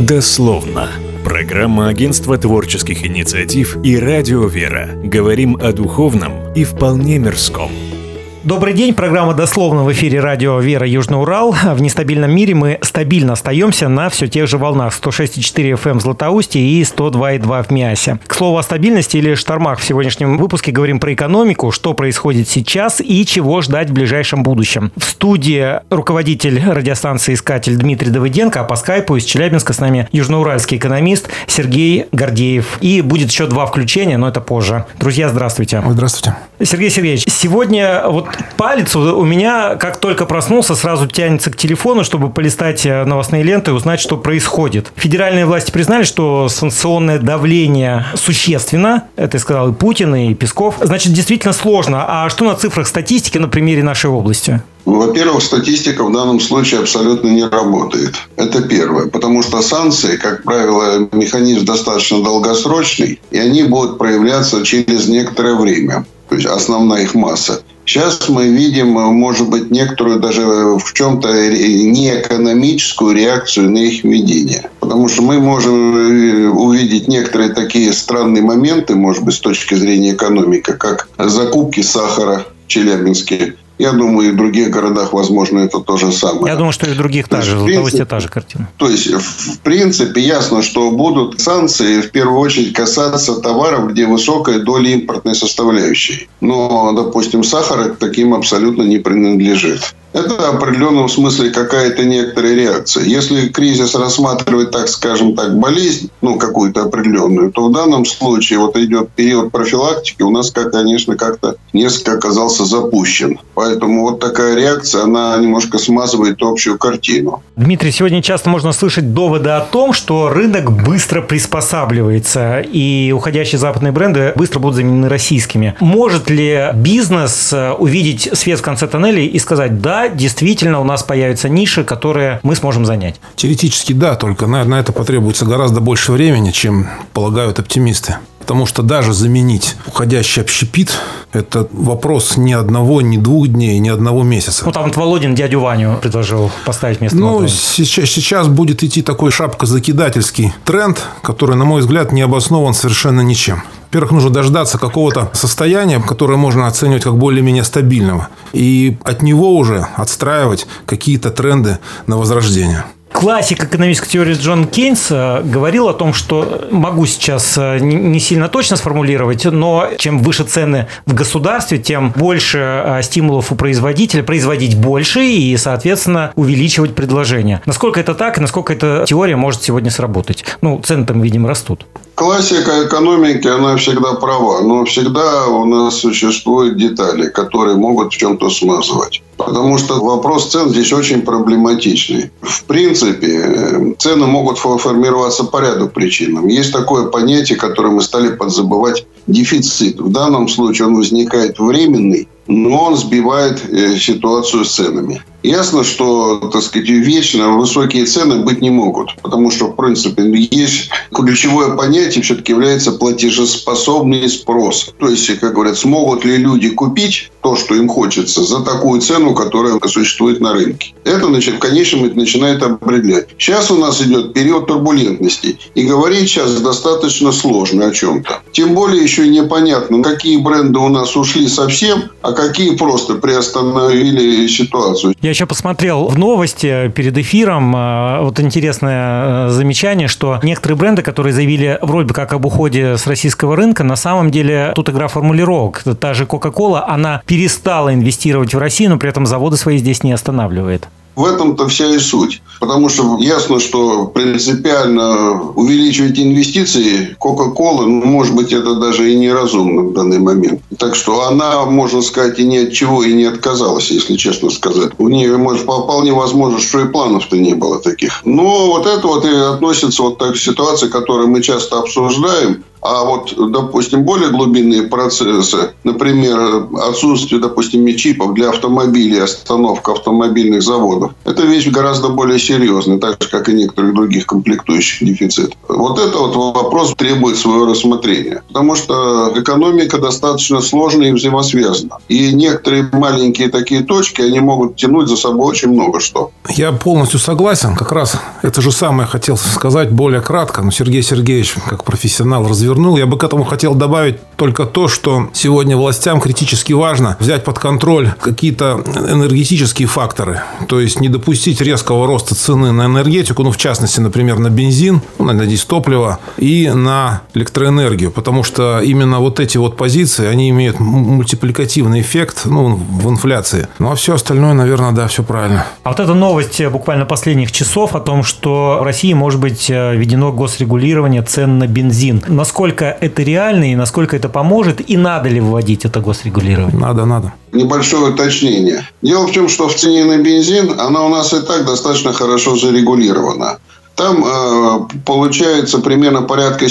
Дословно. Программа Агентства творческих инициатив и Радио Вера. Говорим о духовном и вполне мирском. Добрый день, программа «Дословно» в эфире радио «Вера» Южный Урал. В нестабильном мире мы стабильно остаемся на все тех же волнах 106,4 FM в Златоусте и 102,2 в Миасе. К слову о стабильности или штормах, в сегодняшнем выпуске говорим про экономику, что происходит сейчас и чего ждать в ближайшем будущем. В студии руководитель радиостанции «Искатель» Дмитрий Давыденко, а по скайпу из Челябинска с нами южноуральский экономист Сергей Гордеев. И будет еще 2 включения, но это позже. Друзья, здравствуйте. Здравствуйте. Сергей Сергеевич, сегодня палец у меня, как только проснулся, сразу тянется к телефону, чтобы полистать новостные ленты и узнать, что происходит. Федеральные власти признали, что санкционное давление существенно. Это сказал и Путин, и Песков. Значит, действительно сложно. А что на цифрах статистики на примере нашей области? Во-первых, статистика в данном случае абсолютно не работает. Это первое. Потому что санкции, как правило, механизм достаточно долгосрочный, и они будут проявляться через некоторое время. То есть основная их масса. Сейчас мы видим, может быть, некоторую даже в чем-то неэкономическую реакцию на их введение. Потому что мы можем увидеть некоторые такие странные моменты, может быть, с точки зрения экономики, как закупки сахара в Челябинске. Я думаю, и в других городах, возможно, это то же самое. Я думаю, что и в других также. В Златоусте та же картина. То есть, в принципе, ясно, что будут санкции, в первую очередь, касаться товаров, где высокая доля импортной составляющей. Но, допустим, сахар таким абсолютно не принадлежит. Это в определенном смысле какая-то некоторая реакция. Если кризис рассматривать, так скажем так, болезнь, какую-то определенную, то в данном случае идет период профилактики, у нас, конечно, как-то несколько оказался запущен. Поэтому такая реакция, она немножко смазывает общую картину. Дмитрий, сегодня часто можно слышать доводы о том, что рынок быстро приспосабливается, и уходящие западные бренды быстро будут заменены российскими. Может ли бизнес увидеть свет в конце тоннеля и сказать: да, действительно, у нас появятся ниши, которые мы сможем занять? Теоретически да, только на это потребуется гораздо больше времени, чем полагают оптимисты. Потому что даже заменить уходящий общепит – это вопрос ни одного, ни 2 дней, ни 1 месяца. Там Володин дядю Ваню предложил поставить вместо молотого. Сейчас будет идти такой шапкозакидательский тренд, который, на мой взгляд, не обоснован совершенно ничем. Во-первых, нужно дождаться какого-то состояния, которое можно оценивать как более-менее стабильного. И от него уже отстраивать какие-то тренды на возрождение. Классик экономической теории Джон Кейнс говорил о том, что, могу сейчас не сильно точно сформулировать, но чем выше цены в государстве, тем больше стимулов у производителя производить больше и, соответственно, увеличивать предложение. Насколько это так и насколько эта теория может сегодня сработать? Цены там, видимо, растут. Классика экономики, она всегда права, но всегда у нас существуют детали, которые могут в чем-то смазывать. Потому что вопрос цен здесь очень проблематичный. В принципе, цены могут формироваться по ряду причин. Есть такое понятие, которое мы стали подзабывать – дефицит. В данном случае он возникает временный, но он сбивает ситуацию с ценами. Ясно, что, вечно высокие цены быть не могут. Потому что, в принципе, есть ключевое понятие, все-таки является платежеспособный спрос. То есть, как говорят, смогут ли люди купить то, что им хочется, за такую цену, которая существует на рынке. Это, в конечном итоге начинает определять. Сейчас у нас идет период турбулентности. И говорить сейчас достаточно сложно о чем-то. Тем более, еще непонятно, какие бренды у нас ушли совсем, а какие просто приостановили ситуацию. Я еще посмотрел в новости перед эфиром. Интересное замечание, что некоторые бренды, которые заявили вроде бы как об уходе с российского рынка, на самом деле тут игра формулировок. Та же Coca-Cola, она перестала инвестировать в Россию, но при этом заводы свои здесь не останавливает. В этом-то вся и суть. Потому что ясно, что принципиально увеличивать инвестиции Coca-Cola, может быть, это даже и неразумно в данный момент. Так что она, можно сказать, и ни от чего и не отказалась, если честно сказать. У нее, вполне возможно, что и планов-то не было таких. Но это и относится к ситуации, которую мы часто обсуждаем. А вот, допустим, более глубинные процессы, например, отсутствие, допустим, чипов для автомобилей, остановка автомобильных заводов, это вещь гораздо более серьезная, так же, как и некоторых других комплектующих дефицитов. Вот это вот вопрос требует своего рассмотрения. Потому что экономика достаточно сложная и взаимосвязана. И некоторые маленькие такие точки, они могут тянуть за собой очень много что. Я полностью согласен. Как раз это же самое хотел сказать более кратко. Но Сергей Сергеевич, как профессионал, развернул. Я бы к этому хотел добавить только то, что сегодня властям критически важно взять под контроль какие-то энергетические факторы. То есть не допустить резкого роста цены на энергетику, в частности, например, на бензин, на дизтопливо и на электроэнергию. Потому что именно вот эти вот позиции, они имеют мультипликативный эффект в инфляции. Ну, а все остальное, наверное, да, все правильно. А вот эта новость буквально последних часов о том, что в России может быть введено госрегулирование цен на бензин. Насколько это реально и насколько это поможет? И надо ли вводить это госрегулирование? Надо. Небольшое уточнение. Дело в том, что в цене на бензин, она у нас и так достаточно хорошо зарегулирована. Там получается примерно порядка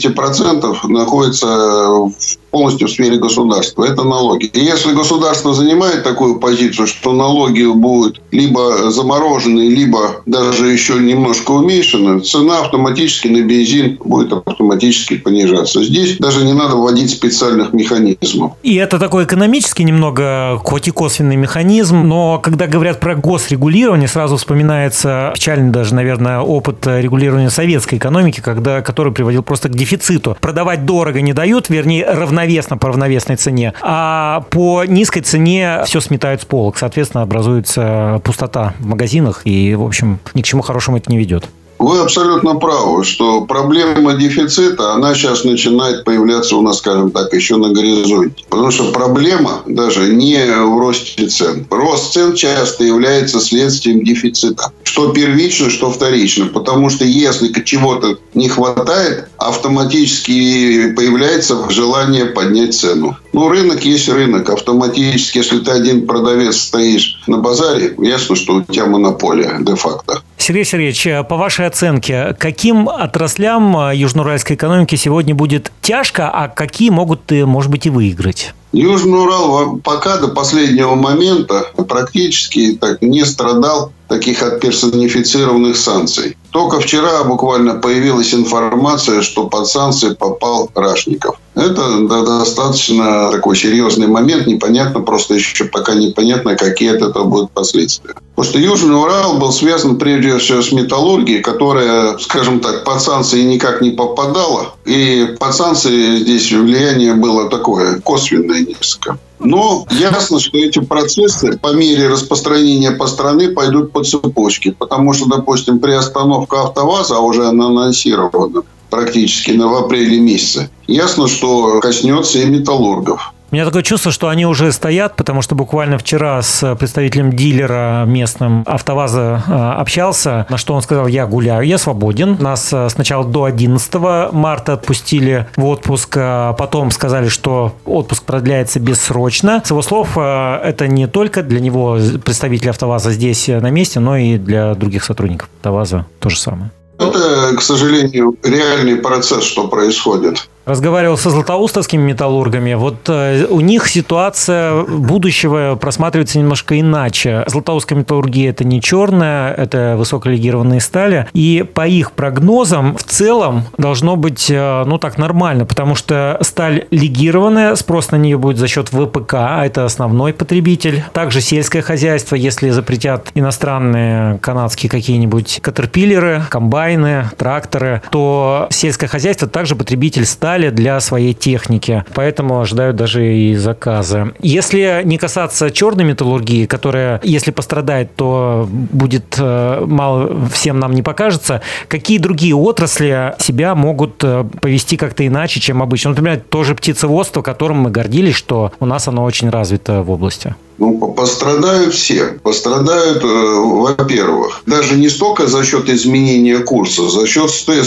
70% находится полностью в сфере государства. Это налоги. И если государство занимает такую позицию, что налоги будут либо заморожены, либо даже еще немножко уменьшены, цена автоматически на бензин будет автоматически понижаться. Здесь даже не надо вводить специальных механизмов. И это такой экономический немного, хоть и косвенный механизм, но когда говорят про госрегулирование, сразу вспоминается печальный даже, наверное, опыт регулирования советской экономики, который приводил просто к дефициту. Продавать дорого не дают, вернее, равновесно по равновесной цене, а по низкой цене все сметают с полок. Соответственно, образуется пустота в магазинах, и, в общем, ни к чему хорошему это не ведет. Вы абсолютно правы, что проблема дефицита, она сейчас начинает появляться у нас, скажем так, еще на горизонте. Потому что проблема даже не в росте цен. Рост цен часто является следствием дефицита. Что первично, что вторично. Потому что если чего-то не хватает, автоматически появляется желание поднять цену. Рынок есть рынок. Автоматически, если ты один продавец стоишь на базаре, ясно, что у тебя монополия де-факто. Сергей Сергеевич, по вашей оценке, каким отраслям южноуральской экономики сегодня будет тяжко, а какие могут, может быть, и выиграть? Южный Урал пока до последнего момента практически не страдал таких от персонифицированных санкций. Только вчера буквально появилась информация, что под санкции попал Рашников. Это достаточно такой серьезный момент. Непонятно, просто еще пока непонятно, какие от этого будут последствия. Потому что Южный Урал был связан прежде всего с металлургией, которая, скажем так, под санкции никак не попадала. И под санкции здесь влияние было такое косвенное несколько. Но ясно, что эти процессы по мере распространения по стране пойдут по цепочке. Потому что, допустим, приостановка АвтоВАЗа, а уже она анонсирована практически в апреле месяце, ясно, что коснется и металлургов. У меня такое чувство, что они уже стоят, потому что буквально вчера с представителем дилера местным АвтоВАЗа общался, на что он сказал: я гуляю, я свободен. Нас сначала до 11 марта отпустили в отпуск, а потом сказали, что отпуск продляется бессрочно. С его слов, это не только для него, представителя АвтоВАЗа здесь на месте, но и для других сотрудников АвтоВАЗа то же самое. Это, к сожалению, реальный процесс, что происходит. Разговаривал со златоустовскими металлургами. Вот у них ситуация будущего просматривается немножко иначе. Златоустская металлургия – это не черная, это высоколегированные стали. И по их прогнозам в целом должно быть, так нормально, потому что сталь легированная, спрос на нее будет за счет ВПК, а это основной потребитель. Также сельское хозяйство, если запретят иностранные канадские какие-нибудь катерпиллеры, комбайны, тракторы, то сельское хозяйство также потребитель стали для своей техники. Поэтому ожидают даже и заказы. Если не касаться черной металлургии, которая, если пострадает, то будет мало, всем нам не покажется, какие другие отрасли себя могут повести как-то иначе, чем обычно? Например, тоже птицеводство, которым мы гордились, что у нас оно очень развито в области. Пострадают все. Пострадают, во-первых, даже не столько за счет изменения курса, за счет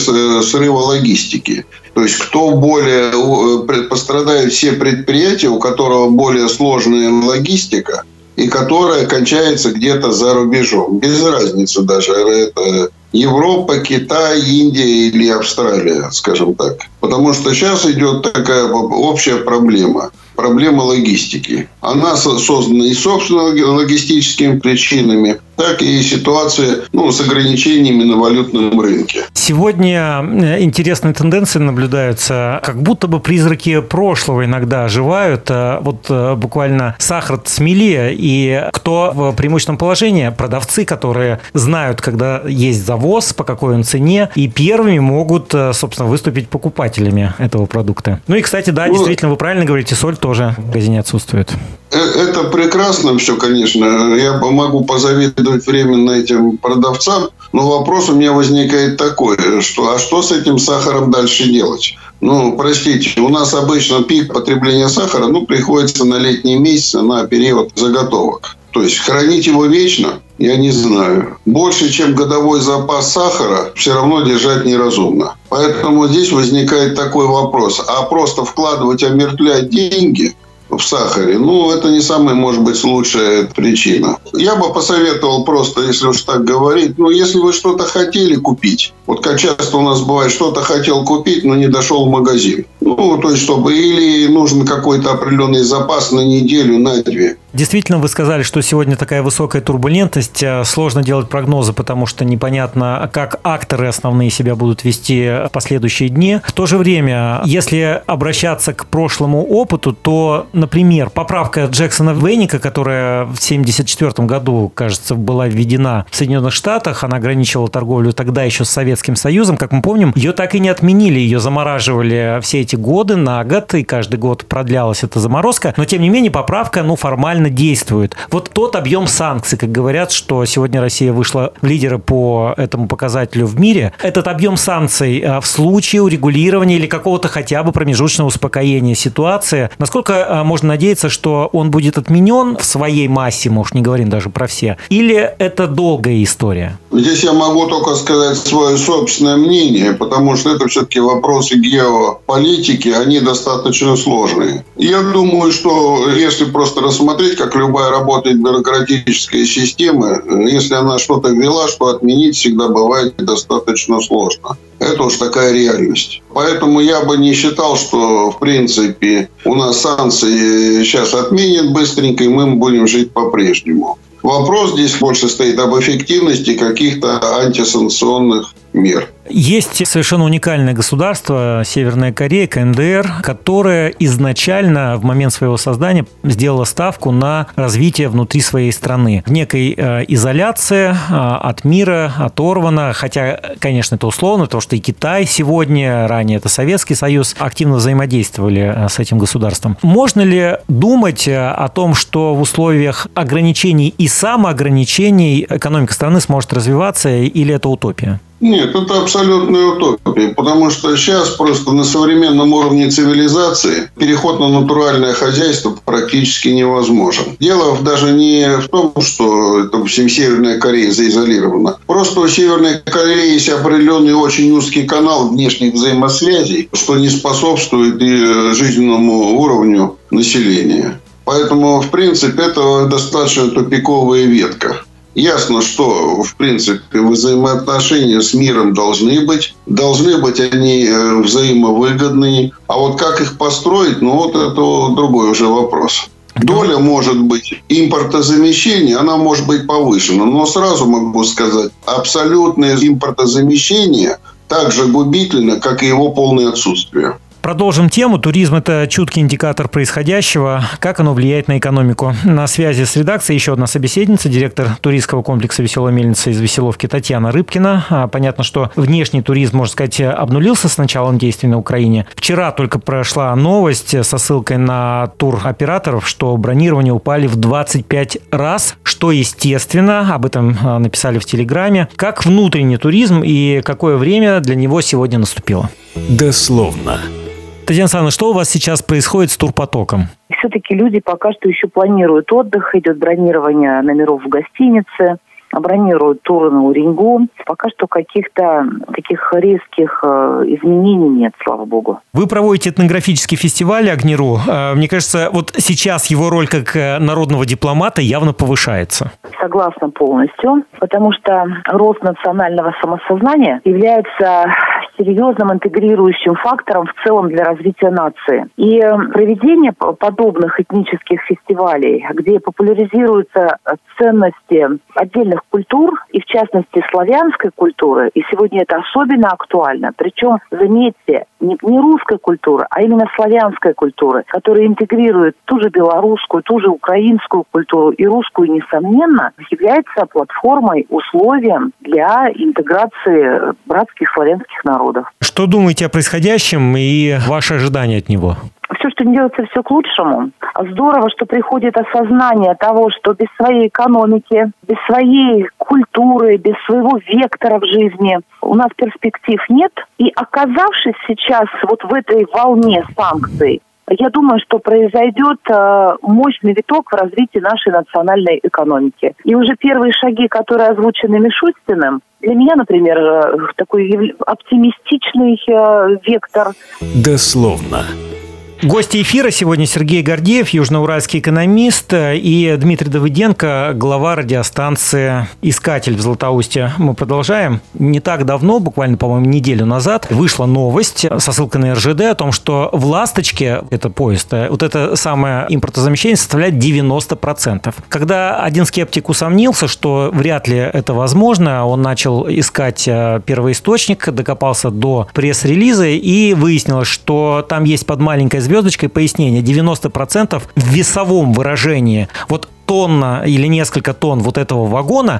срыва логистики. То есть, пострадают все предприятия, у которого более сложная логистика и которая кончается где-то за рубежом. Без разницы даже, это Европа, Китай, Индия или Австралия, скажем так. Потому что сейчас идет такая общая проблема. Проблема логистики. Она создана и собственно логистическими причинами, так и ситуация с ограничениями на валютном рынке. Сегодня интересные тенденции наблюдаются, как будто бы призраки прошлого иногда оживают. Вот буквально сахар смели, и кто в преимущественном положении? Продавцы, которые знают, когда есть завоз, по какой он цене, и первыми могут, собственно, выступить покупателями этого продукта. Ну и, кстати, да, действительно, вы правильно говорите, соль тоже в магазине отсутствует. Это прекрасно все, конечно. Я могу позавидовать временно этим продавцам, но вопрос у меня возникает такой, что с этим сахаром дальше делать? Простите, у нас обычно пик потребления сахара, приходится на летние месяцы, на период заготовок. То есть хранить его вечно, я не знаю. Больше, чем годовой запас сахара, все равно держать неразумно. Поэтому здесь возникает такой вопрос. А просто вкладывать, омертвлять деньги в сахаре, это не самая, может быть, лучшая причина. Я бы посоветовал просто, если уж так говорить, если вы что-то хотели купить, вот как часто у нас бывает, что-то хотел купить, но не дошел в магазин. То есть, чтобы или нужен какой-то определенный запас на неделю, на 2. Действительно, вы сказали, что сегодня такая высокая турбулентность, сложно делать прогнозы, потому что непонятно, как акторы основные себя будут вести в последующие дни. В то же время, если обращаться к прошлому опыту, то, например, поправка Джексона Вейника, которая в 1974 году, кажется, была введена в Соединенных Штатах, она ограничивала торговлю тогда еще с Советским Союзом, как мы помним, ее так и не отменили, ее замораживали все эти годы на год, и каждый год продлялась эта заморозка, но, тем не менее, поправка, формально действует. Вот тот объем санкций, как говорят, что сегодня Россия вышла в лидеры по этому показателю в мире, этот объем санкций в случае урегулирования или какого-то хотя бы промежуточного успокоения ситуации, насколько можно надеяться, что он будет отменен в своей массе, мы уж не говорим даже про все, или это долгая история? Здесь я могу только сказать свое собственное мнение, потому что это все-таки вопросы геополитики, они достаточно сложные. Я думаю, что если просто рассмотреть, как любая работает бюрократическая система, если она что-то ввела, что отменить всегда бывает достаточно сложно. Это уж такая реальность. Поэтому я бы не считал, что, в принципе, у нас санкции сейчас отменят быстренько, и мы будем жить по-прежнему. Вопрос здесь больше стоит об эффективности каких-то антисанкционных мер. Есть совершенно уникальное государство, Северная Корея, КНДР, которое изначально в момент своего создания сделало ставку на развитие внутри своей страны. В некой изоляции от мира, оторвано, хотя, конечно, это условно, потому что и Китай сегодня, ранее это Советский Союз, активно взаимодействовали с этим государством. Можно ли думать о том, что в условиях ограничений и самоограничений экономика страны сможет развиваться, или это утопия? Нет, это абсолютная утопия, потому что сейчас просто на современном уровне цивилизации переход на натуральное хозяйство практически невозможен. Дело даже не в том, что допустим, Северная Корея заизолирована. Просто у Северной Кореи есть определенный очень узкий канал внешних взаимосвязей, что не способствует и жизненному уровню населения. Поэтому, в принципе, это достаточно тупиковая ветка. Ясно, что, в принципе, взаимоотношения с миром должны быть они взаимовыгодные. А вот как их построить, это другой уже вопрос. Доля может быть импортозамещения, она может быть повышена. Но сразу могу сказать, абсолютное импортозамещение так же губительно, как и его полное отсутствие. Продолжим тему. Туризм – это чуткий индикатор происходящего. Как оно влияет на экономику? На связи с редакцией еще одна собеседница, директор туристского комплекса «Веселая мельница» из Веселовки Татьяна Рыбкина. Понятно, что внешний туризм, можно сказать, обнулился с началом действий на Украине. Вчера только прошла новость со ссылкой на туроператоров, что бронирования упали в 25 раз, что естественно, об этом написали в Телеграме. Как внутренний туризм и какое время для него сегодня наступило? Дословно. Татьяна Александровна, что у вас сейчас происходит с турпотоком? Все-таки люди пока что еще планируют отдых, идет бронирование номеров в гостинице. бронируют туры на Уренгу. Пока что каких-то таких резких изменений нет, слава богу. Вы проводите этнографический фестиваль «Агниру». Мне кажется, вот сейчас его роль как народного дипломата явно повышается. Согласна полностью, потому что рост национального самосознания является серьезным интегрирующим фактором в целом для развития нации. И проведение подобных этнических фестивалей, где популяризируются ценности отдельных культур, и в частности славянской культуры, и сегодня это особенно актуально, причем, заметьте, не русская культура, а именно славянская культура, которая интегрирует ту же белорусскую, ту же украинскую культуру и русскую, несомненно, является платформой, условием для интеграции братских славянских народов. Что думаете о происходящем и ваши ожидания от него? Все, что не делается, все к лучшему. Здорово, что приходит осознание того, что без своей экономики, без своей культуры, без своего вектора в жизни у нас перспектив нет. И оказавшись сейчас вот в этой волне санкций, я думаю, что произойдет мощный виток в развитии нашей национальной экономики. И уже первые шаги, которые озвучены Мишустиным, для меня, например, такой оптимистичный вектор. Дословно. Гости эфира сегодня Сергей Гордеев, южноуральский экономист, и Дмитрий Давыденко, глава радиостанции «Искатель» в Златоусте. Мы продолжаем. Не так давно, буквально, по-моему, неделю назад, вышла новость со ссылкой на РЖД о том, что в «Ласточке», это поезд, вот это самое импортозамещение составляет 90%. Когда один скептик усомнился, что вряд ли это возможно, он начал искать первоисточник, докопался до пресс-релиза и выяснилось, что там есть под маленькой звездочкой пояснение: 90% в весовом выражении. Вот тонна или несколько тонн вот этого вагона,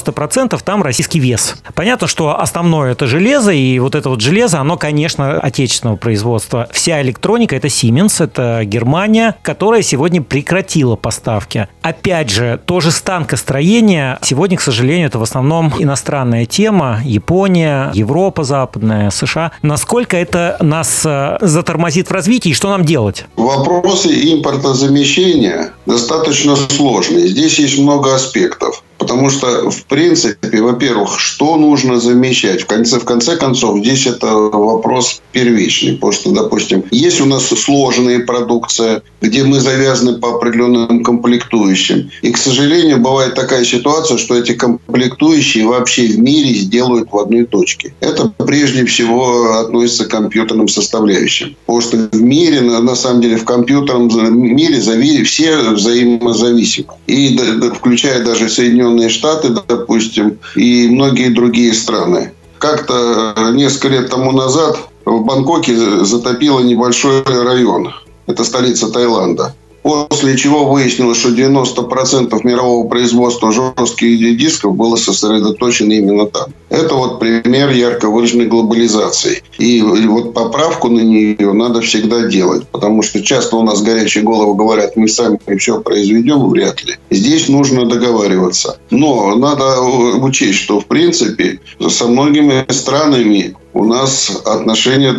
90% там российский вес. Понятно, что основное это железо, и вот это вот железо, оно, конечно, отечественного производства. Вся электроника — это Siemens, это Германия, которая сегодня прекратила поставки. Опять же, тоже станкостроение. Сегодня, к сожалению, это в основном иностранная тема. Япония, Европа западная, США. Насколько это нас затормозит в развитии и что нам делать? Вопросы импортозамещения достаточно сложные. Здесь есть много аспектов. Потому что, в принципе, во-первых, что нужно замещать? В конце концов, здесь это вопрос первичный. Потому что, допустим, есть у нас сложная продукция, где мы завязаны по определенным комплектующим. И, к сожалению, бывает такая ситуация, что эти комплектующие вообще в мире сделают в одной точке. Это прежде всего относится к компьютерным составляющим. Потому что в мире, на самом деле, в компьютерном мире все взаимозависимы. И включая даже Соединенные Штаты, допустим, и многие другие страны. Как-то несколько лет тому назад в Бангкоке затопило небольшой район. Это столица Таиланда. После чего выяснилось, что 90% мирового производства жестких дисков было сосредоточено именно там. Это вот пример ярко выраженной глобализации. И вот поправку на нее надо всегда делать. Потому что часто у нас горячие головы говорят: мы сами все произведем, вряд ли. Здесь нужно договариваться. Но надо учесть, что в принципе со многими странами у нас отношения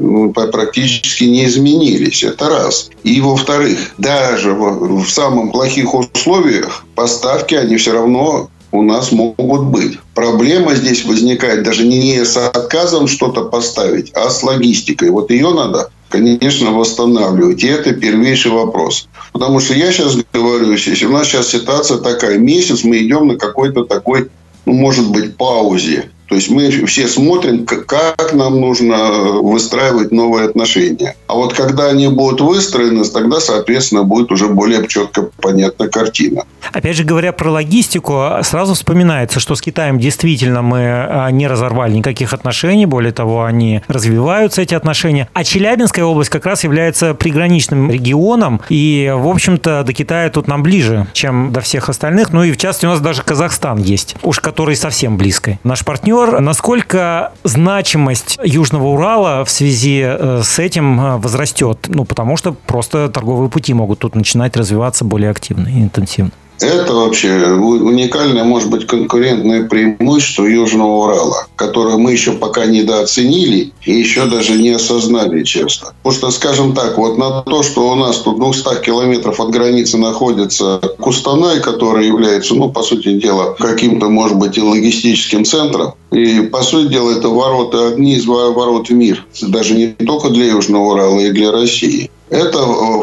практически не изменились. Это раз. И, во-вторых, даже в самых плохих условиях поставки, они все равно у нас могут быть. Проблема здесь возникает даже не с отказом что-то поставить, а с логистикой. Вот ее надо, конечно, восстанавливать. И это первейший вопрос. Потому что я сейчас говорю, если у нас сейчас ситуация такая, месяц мы идем на какой-то такой, может быть, паузе. То есть мы все смотрим, как нам нужно выстраивать новые отношения. А вот когда они будут выстроены, тогда, соответственно, будет уже более четко понятна картина. Опять же, говоря про логистику, сразу вспоминается, что с Китаем действительно мы не разорвали никаких отношений. Более того, они развиваются, эти отношения. А Челябинская область как раз является приграничным регионом. И, в общем-то, до Китая тут нам ближе, чем до всех остальных. Ну и, в частности, у нас даже Казахстан есть, уж который совсем близкий. Наш партнер. Насколько значимость Южного Урала в связи с этим возрастет? Потому что просто торговые пути могут тут начинать развиваться более активно и интенсивно. Это вообще уникальное, может быть, конкурентное преимущество Южного Урала, которое мы еще пока недооценили и еще даже не осознали честно. Потому что, скажем так, вот на то, что у нас тут 200 километров от границы находится Кустанай, который является, по сути дела, каким-то, может быть, и логистическим центром. И, по сути дела, это ворота, одни из ворот в мир. Даже не только для Южного Урала, и для России. Это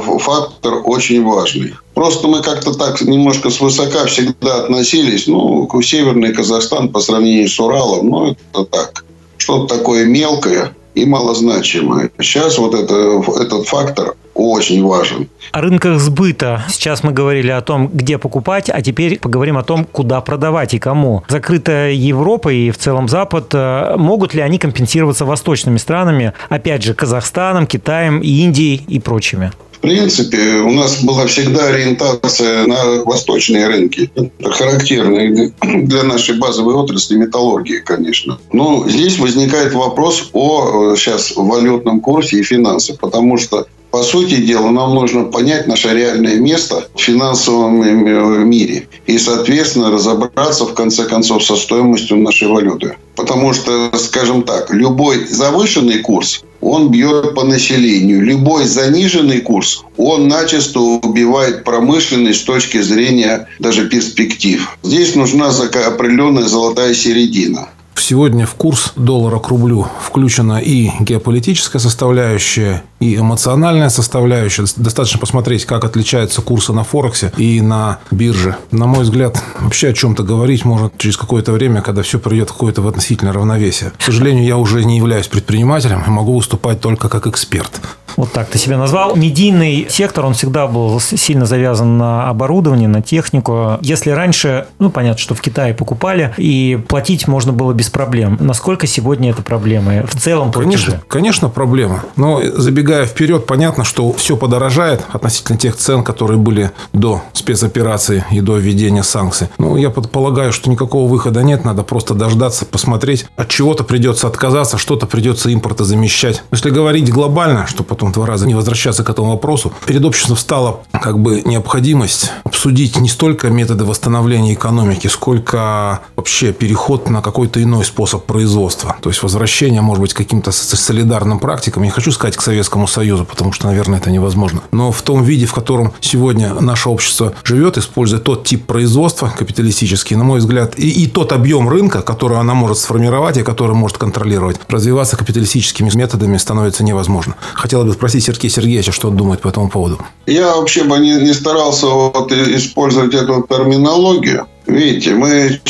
фактор очень важный. Просто мы как-то так немножко свысока всегда относились. К Северный Казахстан по сравнению с Уралом, это так. Что-то такое мелкое и малозначимое. Сейчас вот этот фактор очень важен. О рынках сбыта. Сейчас мы говорили о том, где покупать, а теперь поговорим о том, куда продавать и кому. Закрытая Европа и в целом Запад, могут ли они компенсироваться восточными странами, опять же, Казахстаном, Китаем, Индией и прочими? В принципе, у нас была всегда ориентация на восточные рынки. Это характерно для нашей базовой отрасли металлургии, конечно. Но здесь возникает вопрос о сейчас валютном курсе и финансах, потому что по сути дела, нам нужно понять наше реальное место в финансовом мире и, соответственно, разобраться, в конце концов, со стоимостью нашей валюты. Потому что, скажем так, любой завышенный курс, он бьет по населению. Любой заниженный курс, он начисто убивает промышленность с точки зрения даже перспектив. Здесь нужна определенная золотая середина. Сегодня в курс доллара к рублю включена и геополитическая составляющая, и эмоциональная составляющая. Достаточно посмотреть, как отличаются курсы на Форексе и на бирже. На мой взгляд, вообще о чем-то говорить можно через какое-то время, когда все придет в какое-то относительное равновесие. К сожалению, я уже не являюсь предпринимателем и могу выступать только как эксперт. Вот так ты себя назвал. Медийный сектор, он всегда был сильно завязан на оборудование, на технику. Если раньше, понятно, что в Китае покупали, и платить можно было без проблем. Насколько сегодня это проблема? В целом платежи? Конечно, проблема. Но забегая вперед, понятно, что все подорожает относительно тех цен, которые были до спецоперации и до введения санкций. Я предполагаю, что никакого выхода нет. Надо просто дождаться, посмотреть. От чего-то придется отказаться, что-то придется импортозамещать. Если говорить глобально, что потом 2 раза не возвращаться к этому вопросу, перед обществом стала необходимость обсудить не столько методы восстановления экономики, сколько вообще переход на какой-то иной способ производства. То есть возвращение, может быть, к каким-то солидарным практикам. Я не хочу сказать к Советскому Союзу, потому что, наверное, это невозможно. Но в том виде, в котором сегодня наше общество живет, используя тот тип производства капиталистический, на мой взгляд, и тот объем рынка, который она может сформировать и который может контролировать, развиваться капиталистическими методами становится невозможно. Хотел бы спросить Сергея Сергеевича, что он думает по этому поводу. Я вообще бы не старался использовать эту терминологию. Видите, мы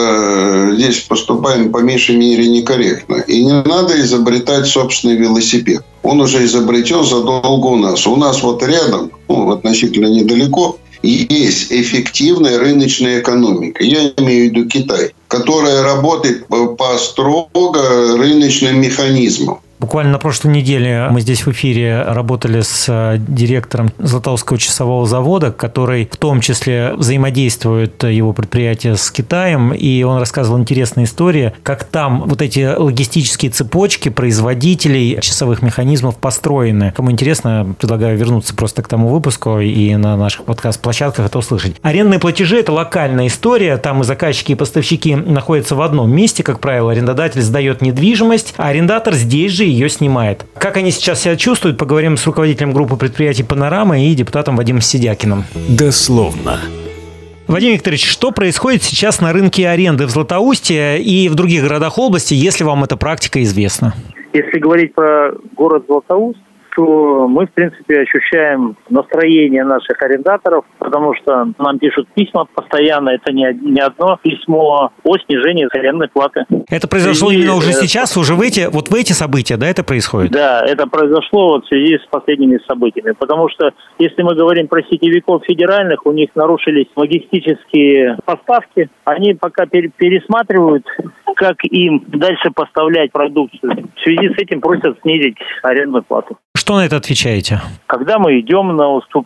часто здесь поступаем по меньшей мере некорректно. И не надо изобретать собственный велосипед. Он уже изобретен задолго у нас. У нас рядом, относительно недалеко, есть эффективная рыночная экономика. Я имею в виду Китай, которая работает по строго рыночным механизмам. Буквально на прошлой неделе мы здесь в эфире работали с директором Златоустского часового завода, который в том числе взаимодействует его предприятие с Китаем, и он рассказывал интересные истории, как там эти логистические цепочки производителей часовых механизмов построены. Кому интересно, предлагаю вернуться просто к тому выпуску и на наших подкаст-площадках это услышать. Арендные платежи – это локальная история, там и заказчики, и поставщики находятся в одном месте, как правило, арендодатель сдает недвижимость, а арендатор здесь же ее снимает. Как они сейчас себя чувствуют, поговорим с руководителем группы предприятий «Панорама» и депутатом Вадимом Сидякиным. Дословно. Вадим Викторович, что происходит сейчас на рынке аренды в Златоусте и в других городах области, если вам эта практика известна? Если говорить про город Златоуст, то мы, в принципе, ощущаем настроение наших арендаторов, потому что нам пишут письма постоянно, это не одно письмо о снижении арендной платы. Это произошло именно уже сейчас, уже в эти события, да, это происходит? Да, это произошло в связи с последними событиями, потому что, если мы говорим про сетевиков федеральных, у них нарушились логистические поставки, они пока пересматривают, как им дальше поставлять продукцию. В связи с этим просят снизить арендную плату. Что на это отвечаете? Когда мы идем на уступки,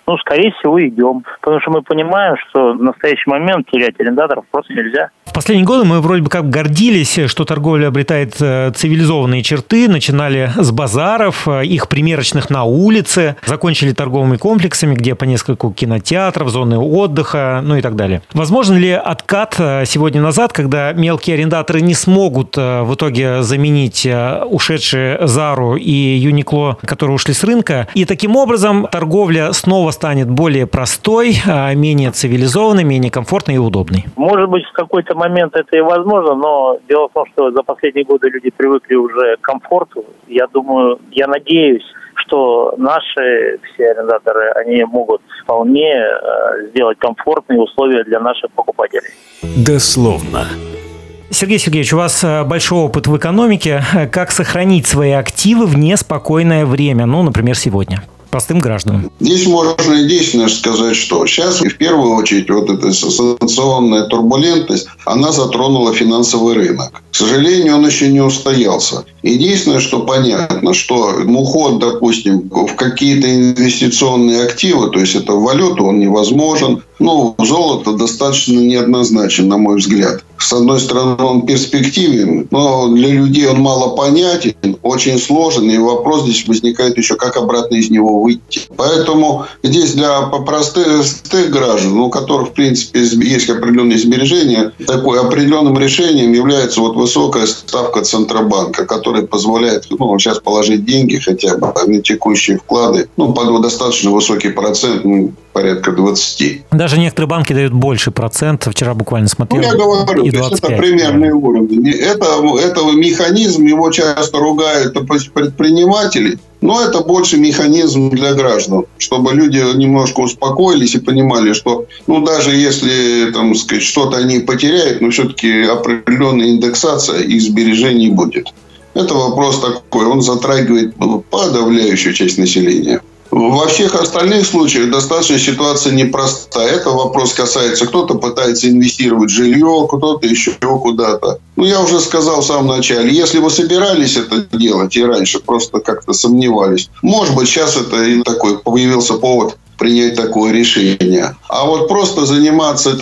скорее всего, идем. Потому что мы понимаем, что в настоящий момент терять арендаторов просто нельзя. В последние годы мы вроде бы как гордились, что торговля обретает цивилизованные черты. Начинали с базаров, их примерочных на улице, закончили торговыми комплексами, где по нескольку кинотеатров, зоны отдыха, и так далее. Возможен ли откат сегодня назад, когда мелкие арендаторы не смогут в итоге заменить ушедшие Зару и Юникло, которые ушли с рынка, и таким образом торговля снова станет более простой, менее цивилизованной, менее комфортной и удобной? Может быть, в какой-то момент это и возможно, но дело в том, что за последние годы люди привыкли уже к комфорту. Я думаю, я надеюсь, что наши все арендаторы, они могут вполне сделать комфортные условия для наших покупателей. Дословно. Сергей Сергеевич, у вас большой опыт в экономике. Как сохранить свои активы в неспокойное время, например, сегодня? Простым гражданам. Здесь можно единственное сказать, что сейчас в первую очередь вот эта санкционная турбулентность, она затронула финансовый рынок. К сожалению, он еще не устоялся. Единственное, что понятно, что уход, допустим, в какие-то инвестиционные активы, то есть это в валюту, он невозможен. Золото достаточно неоднозначен, на мой взгляд. С одной стороны, он перспективен, но для людей он мало понятен, очень сложен, и вопрос здесь возникает еще, как обратно из него выйти. Поэтому здесь для простых граждан, у которых, в принципе, есть определенные сбережения, такой определенным решением является высокая ставка Центробанка, которая позволяет сейчас положить деньги хотя бы на текущие вклады, под достаточно высокий процент, порядка 20%. Даже некоторые банки дают больше процент. Вчера буквально смотрел. Я говорю, это примерный уровень. Это механизм, его часто ругают предприниматели, но это больше механизм для граждан, чтобы люди немножко успокоились и понимали, что даже если что-то они потеряют, но все-таки определенная индексация их сбережений будет. Это вопрос такой, он затрагивает подавляющую часть населения. Во всех остальных случаях достаточно ситуация непростая. Это вопрос касается, кто-то пытается инвестировать в жилье, кто-то еще куда-то. Я уже сказал в самом начале, если вы собирались это делать и раньше просто как-то сомневались, может быть, сейчас это и такой появился повод принять такое решение. А просто заниматься,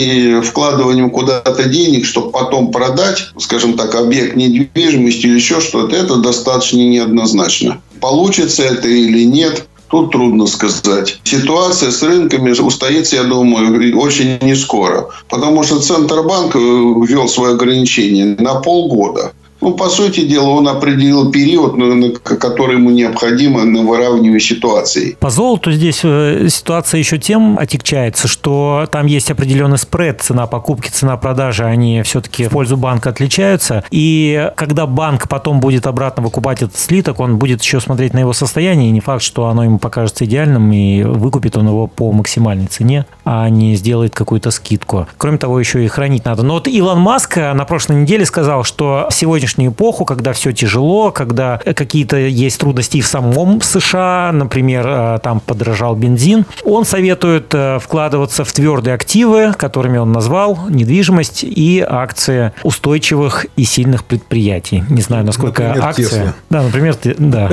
и вкладыванием куда-то денег, чтобы потом продать, скажем так, объект недвижимости или еще что-то, это достаточно неоднозначно. Получится это или нет, тут трудно сказать. Ситуация с рынками устоится, я думаю, очень не скоро. Потому что Центробанк ввел свои ограничения на полгода. По сути дела, он определил период, который ему необходимо на выравнивание ситуации. По золоту здесь ситуация еще тем отягчается, что там есть определенный спред, цена покупки, цена продажи, они все-таки в пользу банка отличаются. И когда банк потом будет обратно выкупать этот слиток, он будет еще смотреть на его состояние. И не факт, что оно ему покажется идеальным, и выкупит он его по максимальной цене, а не сделает какую-то скидку. Кроме того, еще и хранить надо. Но Илон Маск на прошлой неделе сказал, что сегодня эпоху, когда все тяжело, когда какие-то есть трудности в самом США, например, там подорожал бензин, он советует вкладываться в твердые активы, которыми он назвал недвижимость и акции устойчивых и сильных предприятий. Не знаю, насколько например, акция... Tesla. Да, например, да.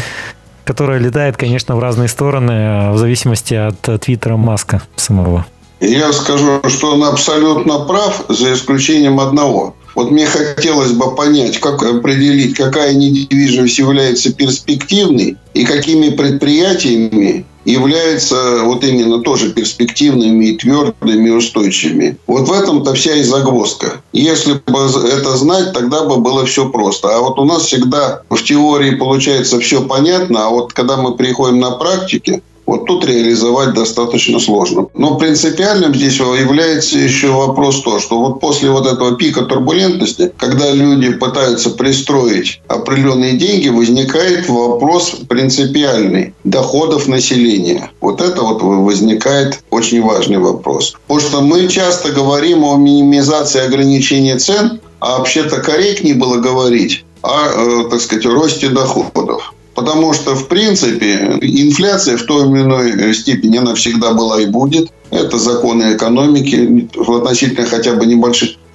Которая летает, конечно, в разные стороны в зависимости от твиттера Маска самого. Я скажу, что он абсолютно прав, за исключением одного. Мне хотелось бы понять, как определить, какая недвижимость является перспективной и какими предприятиями являются именно тоже перспективными, и твердыми, и устойчивыми. В этом-то вся и загвоздка. Если бы это знать, тогда бы было все просто. А у нас всегда в теории получается все понятно, а когда мы приходим на практике, тут реализовать достаточно сложно. Но принципиальным здесь является еще вопрос то, что после этого пика турбулентности, когда люди пытаются пристроить определенные деньги, возникает вопрос принципиальный доходов населения. Это возникает очень важный вопрос. Потому что мы часто говорим о минимизации ограничения цен, а вообще-то корректнее было говорить о, росте доходов. Потому что, в принципе, инфляция в той или иной степени, она всегда была и будет. Это законы экономики в относительно хотя бы небольших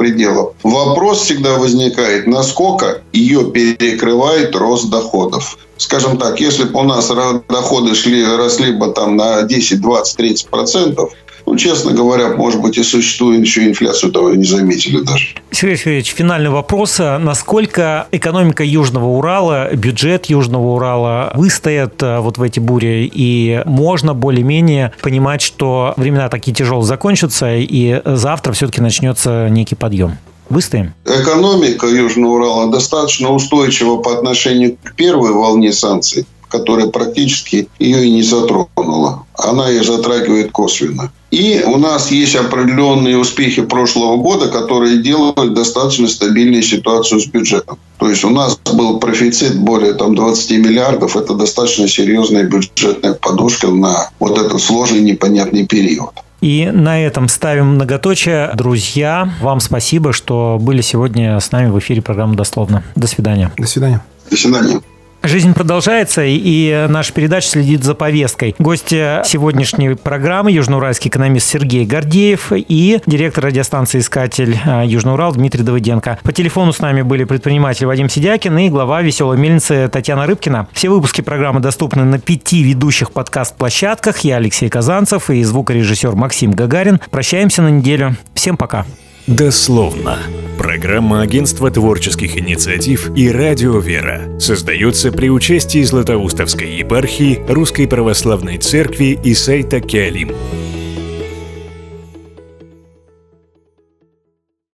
пределов. Вопрос всегда возникает, насколько ее перекрывает рост доходов. Скажем так, если бы у нас доходы росли бы там на 10, 20, 30%, честно говоря, может быть, и существует еще инфляцию, этого не заметили даже. Сергей Сергеевич, финальный вопрос. Насколько экономика Южного Урала, бюджет Южного Урала выстоят вот в эти бури? И можно более-менее понимать, что времена такие тяжелые закончатся, и завтра все-таки начнется некий подъем? Выстоим? Экономика Южного Урала достаточно устойчива по отношению к первой волне санкций, которая практически ее и не затронула. Она ее затрагивает косвенно. И у нас есть определенные успехи прошлого года, которые делают достаточно стабильную ситуацию с бюджетом. То есть у нас был профицит более 20 миллиардов. Это достаточно серьезная бюджетная подушка на вот этот сложный непонятный период. И на этом ставим многоточие. Друзья, вам спасибо, что были сегодня с нами в эфире программы «Дословно». До свидания. До свидания. До свидания. Жизнь продолжается, и наша передача следит за повесткой. Гости сегодняшней программы — южноуральский экономист Сергей Гордеев и директор радиостанции «Искатель» Южный Урал Дмитрий Давыденко. По телефону с нами были предприниматель Вадим Сидякин и глава «Веселой мельницы» Татьяна Рыбкина. Все выпуски программы доступны на 5 ведущих подкаст-площадках. Я Алексей Казанцев и звукорежиссер Максим Гагарин. Прощаемся на неделю. Всем пока. Дословно. Программа Агентства творческих инициатив и Радио Вера создается при участии Златоустовской епархии, Русской Православной Церкви и сайта Киалим.